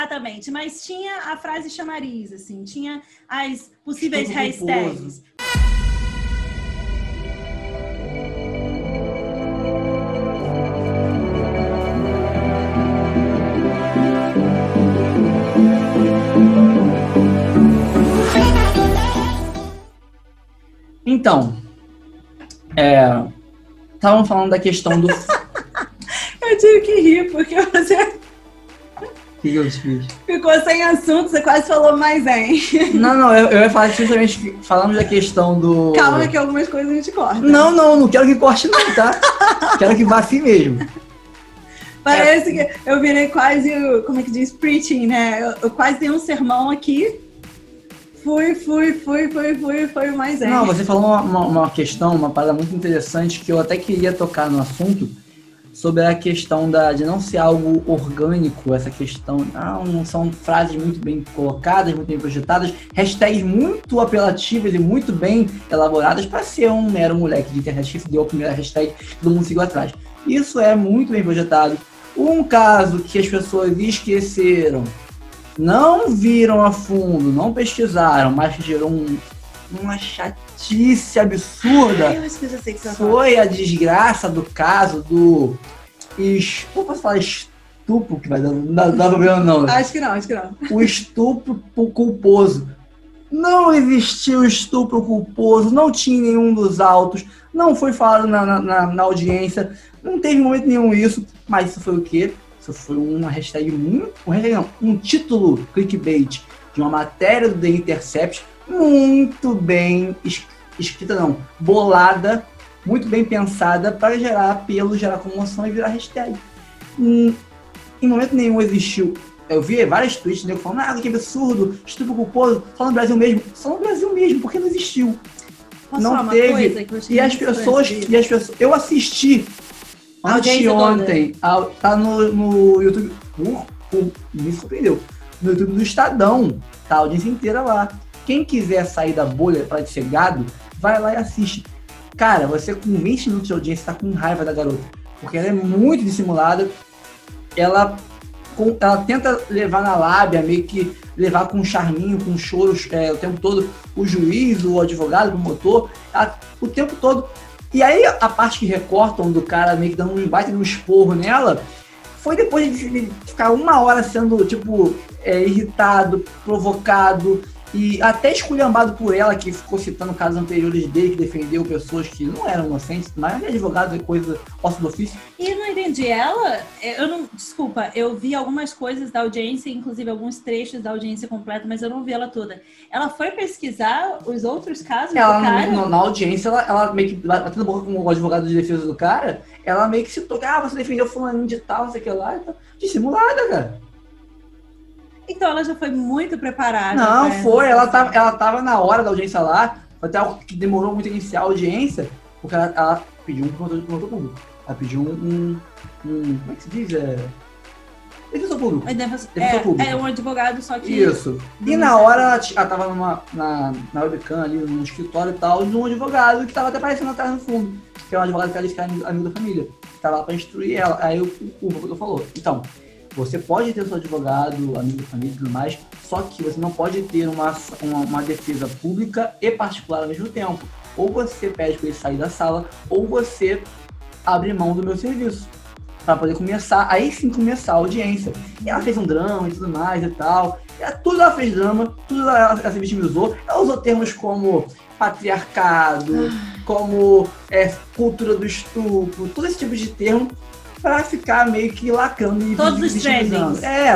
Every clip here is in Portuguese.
Exatamente, mas tinha a frase chamariz, assim, tinha as possíveis Estupro hashtags. Então, estavam falando da questão do... Eu tive que rir, porque você O que eu fiz? ficou sem assunto, você quase falou mais, hein? Não, eu ia falar justamente, falamos da questão do... Calma que algumas coisas a gente corta. Não quero que corte não, tá? Quero que vá assim mesmo. Parece que eu virei quase, como é que diz, preaching, né? Eu quase dei um sermão aqui. Foi mais, hein? Não, você falou uma questão, uma parada muito interessante que eu até queria tocar no assunto, sobre a questão de não ser algo orgânico, essa questão, não são frases muito bem colocadas, muito bem projetadas, hashtags muito apelativas e muito bem elaboradas para ser um mero moleque de internet que deu a primeira hashtag que todo mundo seguiu atrás. Isso é muito bem projetado. Um caso que as pessoas esqueceram, não viram a fundo, não pesquisaram, mas que gerou uma chatice absurda. Eu acho que eu já sei que você vai Foi a desgraça do caso do... Como posso falar estupro? Que vai dar, não dá problema não. Acho que não. O estupro culposo. Não existiu estupro culposo, não tinha nenhum dos autos, não foi falado na audiência, não teve momento nenhum isso, mas isso foi o quê? Isso foi uma hashtag um título clickbait de uma matéria do The Intercept muito bem escrita, bolada, muito bem pensada para gerar apelo, gerar comoção e virar hashtag. Em momento nenhum existiu. Eu vi várias tweets de falando, que absurdo, estupro culposo, só no Brasil mesmo, porque não existiu. Posso não falar uma teve. coisa que eu achei E as pessoas, eu assisti anteontem, tá no YouTube, me surpreendeu, no YouTube do Estadão, tá a audiência inteira lá. Quem quiser sair da bolha para de ser gado, vai lá e assiste. Cara, você com 20 minutos de audiência tá com raiva da garota, porque ela é muito dissimulada, ela tenta levar na lábia, meio que levar com um charminho, com choros o tempo todo, o juiz, o advogado, o promotor, o tempo todo. E aí a parte que recortam do cara meio que dando um baita um esporro nela, foi depois de ficar uma hora sendo, irritado, provocado, e até esculhambado por ela, que ficou citando casos anteriores dele, que defendeu pessoas que não eram inocentes, mas advogado é coisa osso do ofício. E eu não entendi ela, desculpa, eu vi algumas coisas da audiência, inclusive alguns trechos da audiência completa, mas eu não vi ela toda. Ela foi pesquisar os outros casos do cara? Na audiência, ela meio que, batendo boca com o advogado de defesa do cara, ela meio que citou, você defendeu fulaninho de tal, não sei o que lá, dissimulada, cara. Então ela já foi muito preparada. Não, foi. Ela tava na hora da audiência lá, até algo que demorou muito a iniciar a audiência, porque ela pediu um promotor público. Ela pediu como é que se diz? Defensor público. Defensor público. É um advogado, só que... Isso. E na hora ela tava na webcam ali, no escritório e tal, de um advogado que tava até aparecendo atrás no fundo, que é um advogado que ela disse que era amigo da família, que tava lá pra instruir ela. Aí o promotor falou, então, você pode ter seu advogado, amigo da família e tudo mais, só que você não pode ter uma defesa pública e particular ao mesmo tempo. Ou você pede para ele sair da sala, ou você abre mão do meu serviço, para poder começar a audiência. E ela fez um drama e tudo mais e tal. Tudo ela fez drama, tudo ela se vitimizou. Ela usou termos como patriarcado, como cultura do estupro, todo esse tipo de termo, para ficar meio que lacrando e todos os trendings.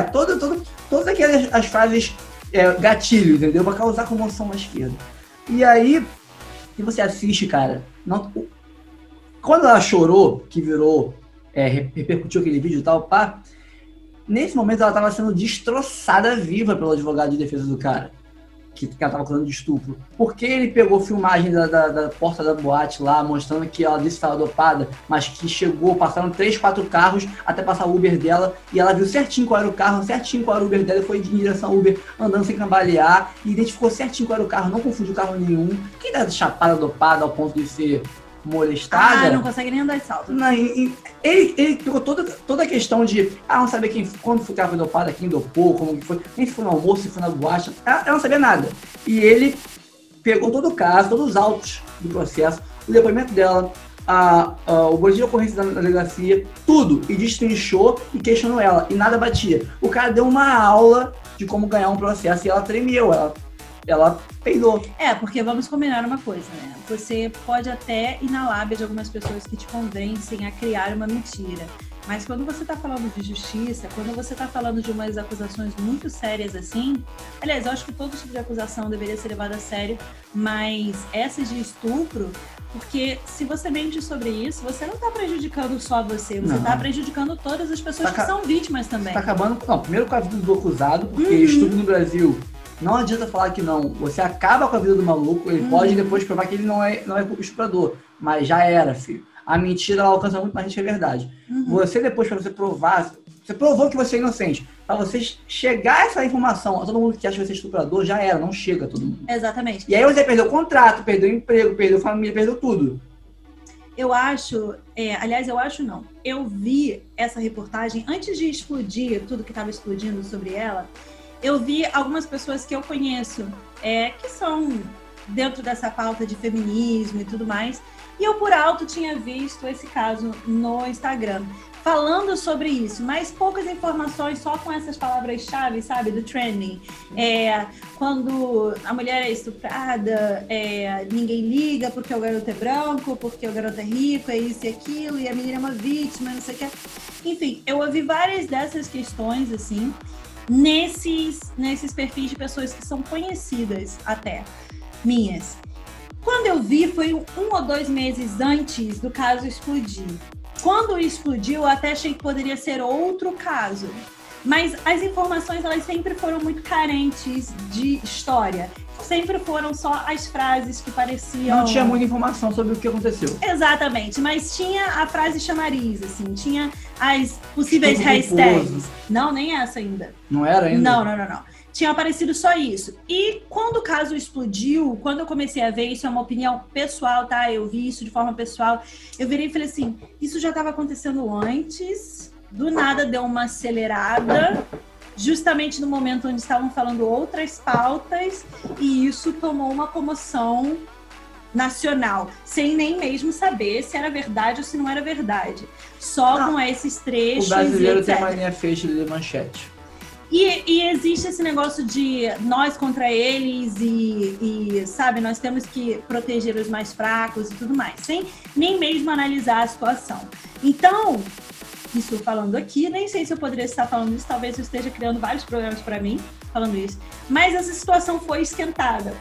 Todas aquelas as frases gatilho, entendeu? Para causar comoção na esquerda. E aí, se você assiste, cara, quando ela chorou, que virou, repercutiu aquele vídeo e tal, nesse momento ela estava sendo destroçada viva pelo advogado de defesa do cara, que ela estava acusando de estupro. Porque ele pegou filmagem da porta da boate lá, mostrando que ela disse que estava dopada, mas que passaram 3, 4 carros até passar o Uber dela, e ela viu certinho qual era o carro, certinho qual era o Uber dela, e foi em direção ao Uber, andando sem cambalear, e identificou certinho qual era o carro, não confundiu carro nenhum. Quem tá chapada, dopada ao ponto de ser molestada... não consegue nem andar de salto. Não, ele pegou toda a questão de... não sabia quando o cara foi dopada, quem dopou, como que foi, nem se foi no almoço, se foi na boate. Ela não sabia nada. E ele pegou todo o caso, todos os autos do processo, o depoimento dela, o boletim de ocorrência da delegacia, tudo, e destrinchou e questionou ela, e nada batia. O cara deu uma aula de como ganhar um processo e ela tremeu, ela peidou. Porque vamos combinar uma coisa, né? Você pode até ir na lábia de algumas pessoas que te convencem a criar uma mentira. Mas quando você está falando de justiça, quando você está falando de umas acusações muito sérias assim, aliás, eu acho que todo tipo de acusação deveria ser levada a sério, mas essas de estupro, porque se você mente sobre isso, você não está prejudicando só você está prejudicando todas as pessoas que são vítimas também. Está acabando, primeiro com a vida do acusado, porque estupro no Brasil, não adianta falar que não, você acaba com a vida do maluco, ele pode depois provar que ele não é estuprador, mas já era, filho. A mentira ela alcança muito mais gente que a verdade. Você depois, para você provar, você provou que você é inocente. Para você chegar a essa informação a todo mundo que acha que você é estuprador, já era, não chega a todo mundo. Exatamente. E aí você perdeu o contrato, perdeu o emprego, perdeu a família, perdeu tudo. Eu acho, eu vi essa reportagem antes de explodir tudo que estava explodindo sobre ela. Eu vi algumas pessoas que eu conheço, que são dentro dessa pauta de feminismo e tudo mais, e eu por alto tinha visto esse caso no Instagram, falando sobre isso, mas poucas informações, só com essas palavras-chave, sabe, do trending. Quando a mulher é estuprada, ninguém liga porque o garoto é branco, porque o garoto é rico, é isso e aquilo, e a menina é uma vítima, não sei o que. Enfim, eu ouvi várias dessas questões, assim, nesses perfis de pessoas que são conhecidas até, minhas. Quando eu vi, foi 1 ou 2 meses antes do caso explodir. Quando explodiu, eu até achei que poderia ser outro caso. Mas as informações, elas sempre foram muito carentes de história. Sempre foram só as frases que pareciam... Não tinha muita informação sobre o que aconteceu. Exatamente, mas tinha a frase chamariz, assim, tinha as possíveis hashtags. Não, nem essa ainda. Não era ainda? Não. Tinha aparecido só isso. E quando o caso explodiu, quando eu comecei a ver, isso é uma opinião pessoal, tá? Eu vi isso de forma pessoal. Eu virei e falei assim, isso já estava acontecendo antes, do nada deu uma acelerada, justamente no momento onde estavam falando outras pautas, e isso tomou uma comoção nacional, sem nem mesmo saber se era verdade ou se não era verdade. Só com esses trechos. O brasileiro tem uma linha feita de manchete. E existe esse negócio de nós contra eles e, sabe, nós temos que proteger os mais fracos e tudo mais, sem nem mesmo analisar a situação. Então, isso falando aqui, nem sei se eu poderia estar falando isso, talvez eu esteja criando vários programas para mim falando isso, mas essa situação foi esquentada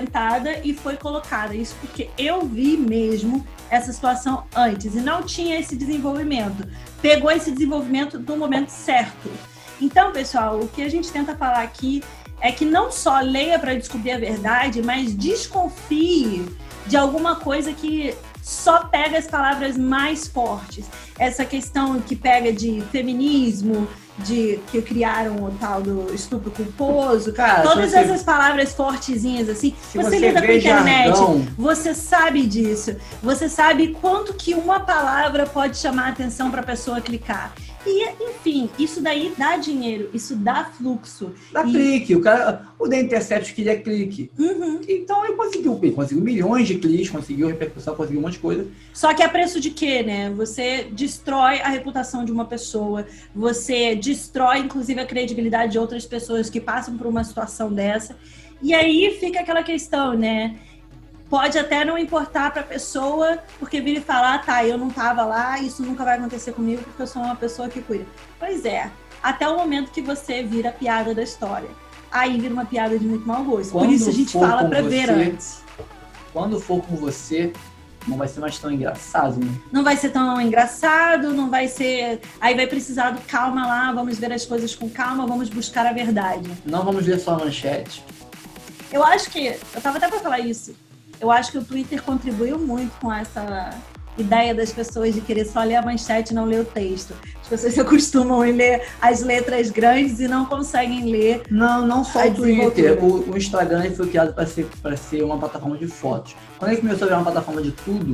e foi colocada, isso porque eu vi mesmo essa situação antes e não tinha esse desenvolvimento, pegou esse desenvolvimento no momento certo. Então, pessoal, o que a gente tenta falar aqui é que não só leia para descobrir a verdade, mas desconfie de alguma coisa que só pega as palavras mais fortes. Essa questão que pega de feminismo, de que criaram o tal do estupro culposo, cara, todas essas palavras fortezinhas assim, você lida com a internet, você sabe disso, você sabe quanto que uma palavra pode chamar a atenção para a pessoa clicar. E, enfim, isso daí dá dinheiro, isso dá fluxo. Dá clique, o The Intercept queria clique. Então ele conseguiu milhões de cliques, conseguiu repercussão, conseguiu um monte de coisa. Só que a preço de quê, né? Você destrói a reputação de uma pessoa, você destrói, inclusive, a credibilidade de outras pessoas que passam por uma situação dessa. E aí fica aquela questão, né? Pode até não importar para a pessoa, porque vira e falar, tá, eu não tava lá, isso nunca vai acontecer comigo, porque eu sou uma pessoa que cuida. Pois é, até o momento que você vira a piada da história. Aí vira uma piada de muito mau gosto. Por isso a gente fala para ver antes. Quando for com você, não vai ser mais tão engraçado, né? Não vai ser tão engraçado, não vai ser... Aí vai precisar do calma lá, vamos ver as coisas com calma, vamos buscar a verdade. Não vamos ler só a manchete. Eu acho que... Eu tava até para falar isso. Eu acho que o Twitter contribuiu muito com essa ideia das pessoas de querer só ler a manchete e não ler o texto. As pessoas se acostumam a ler as letras grandes e não conseguem ler. Não só o Twitter. O Instagram foi criado para ser uma plataforma de fotos. Quando ele começou a virar uma plataforma de tudo,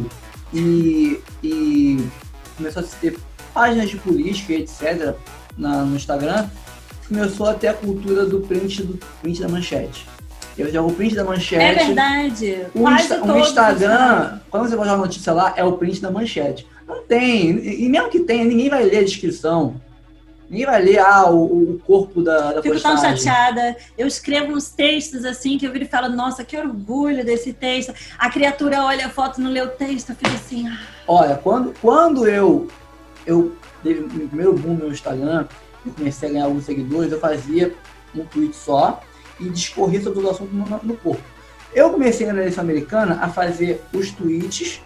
e começou a ter páginas de política, etc., no Instagram, começou a ter a cultura do print da manchete. Eu jogo o print da manchete. É verdade. O Instagram, quando você vai jogar uma notícia lá, é o print da manchete. Não tem. E mesmo que tenha, ninguém vai ler a descrição. Ninguém vai ler o corpo da Fico postagem. tão chateada. Eu escrevo uns textos assim que eu viro e falo, nossa, que orgulho desse texto. A criatura olha a foto, não lê o texto, eu fico assim. Olha, quando eu teve o meu primeiro boom no meu Instagram, eu comecei a ganhar alguns seguidores, eu fazia um tweet só e discorria sobre os assuntos no corpo. Eu comecei na eleição americana a fazer os tweets,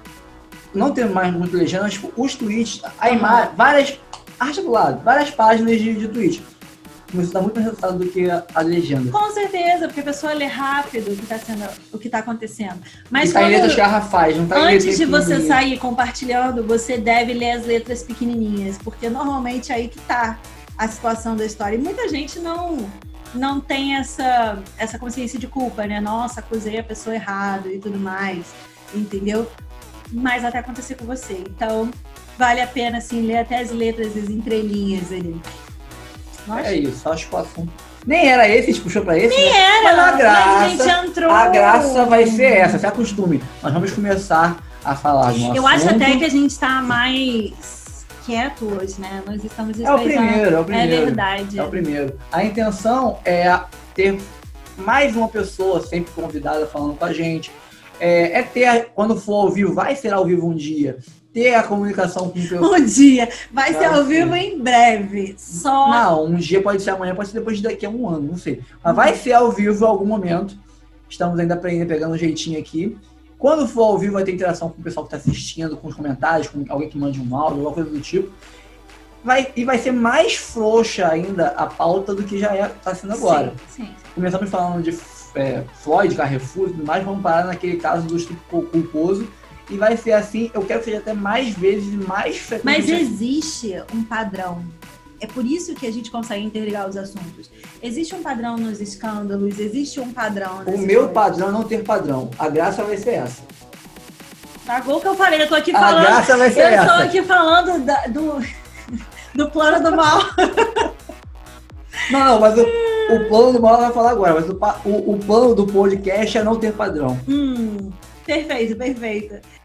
não tem mais muito legenda, mas tipo, os tweets, a imagem, várias, arrasta do lado, várias páginas de tweet. Começou a dar muito mais resultado do que a legenda. Com certeza, porque a pessoa lê rápido o que está acontecendo. Mas e tá em letras garrafais, não tá em letras antes de você sair compartilhando, você deve ler as letras pequenininhas, porque normalmente é aí que tá a situação da história. E muita gente não tem essa consciência de culpa, né? Nossa, acusei a pessoa errada e tudo mais, entendeu? Mas até acontecer com você. Então, vale a pena, assim, ler até as letras, as entrelinhas ali. Nossa. É isso, acho que o assunto nem era esse, a gente puxou pra esse. Nem né? era, mas a gente entrou. A graça vai ser essa, se acostume. Nós vamos começar a falar de um Eu assunto. acho até que a gente tá mais quieto hoje, né? Nós estamos É o primeiro. É verdade. É o primeiro. A intenção é ter mais uma pessoa sempre convidada falando com a gente. É ter, quando for ao vivo, vai ser ao vivo um dia, ter a comunicação com o pessoal. Um dia, vai ser ao vivo em breve. Só. Não, um dia pode ser amanhã, pode ser depois daqui a um ano, não sei. Mas vai ser ao vivo em algum momento. Estamos ainda aprendendo, pegando um jeitinho aqui. Quando for ao vivo, vai ter interação com o pessoal que está assistindo, com os comentários, com alguém que mande um áudio, alguma coisa do tipo. E vai ser mais frouxa ainda a pauta do que já está sendo agora. Sim. Começamos falando de Floyd, Carrefour e tudo mais, vamos parar naquele caso do estupro culposo. E vai ser assim, eu quero que seja até mais vezes, mais frequente. Mas existe um padrão. É por isso que a gente consegue interligar os assuntos. Existe um padrão nos escândalos, existe um padrão... O meu padrão é não ter padrão. A graça vai ser essa. Pagou o que eu falei, eu tô aqui falando... A graça vai ser essa. Eu tô aqui falando do plano do mal. Não, mas o plano do mal ela vai falar agora, mas o plano do podcast é não ter padrão. Perfeito.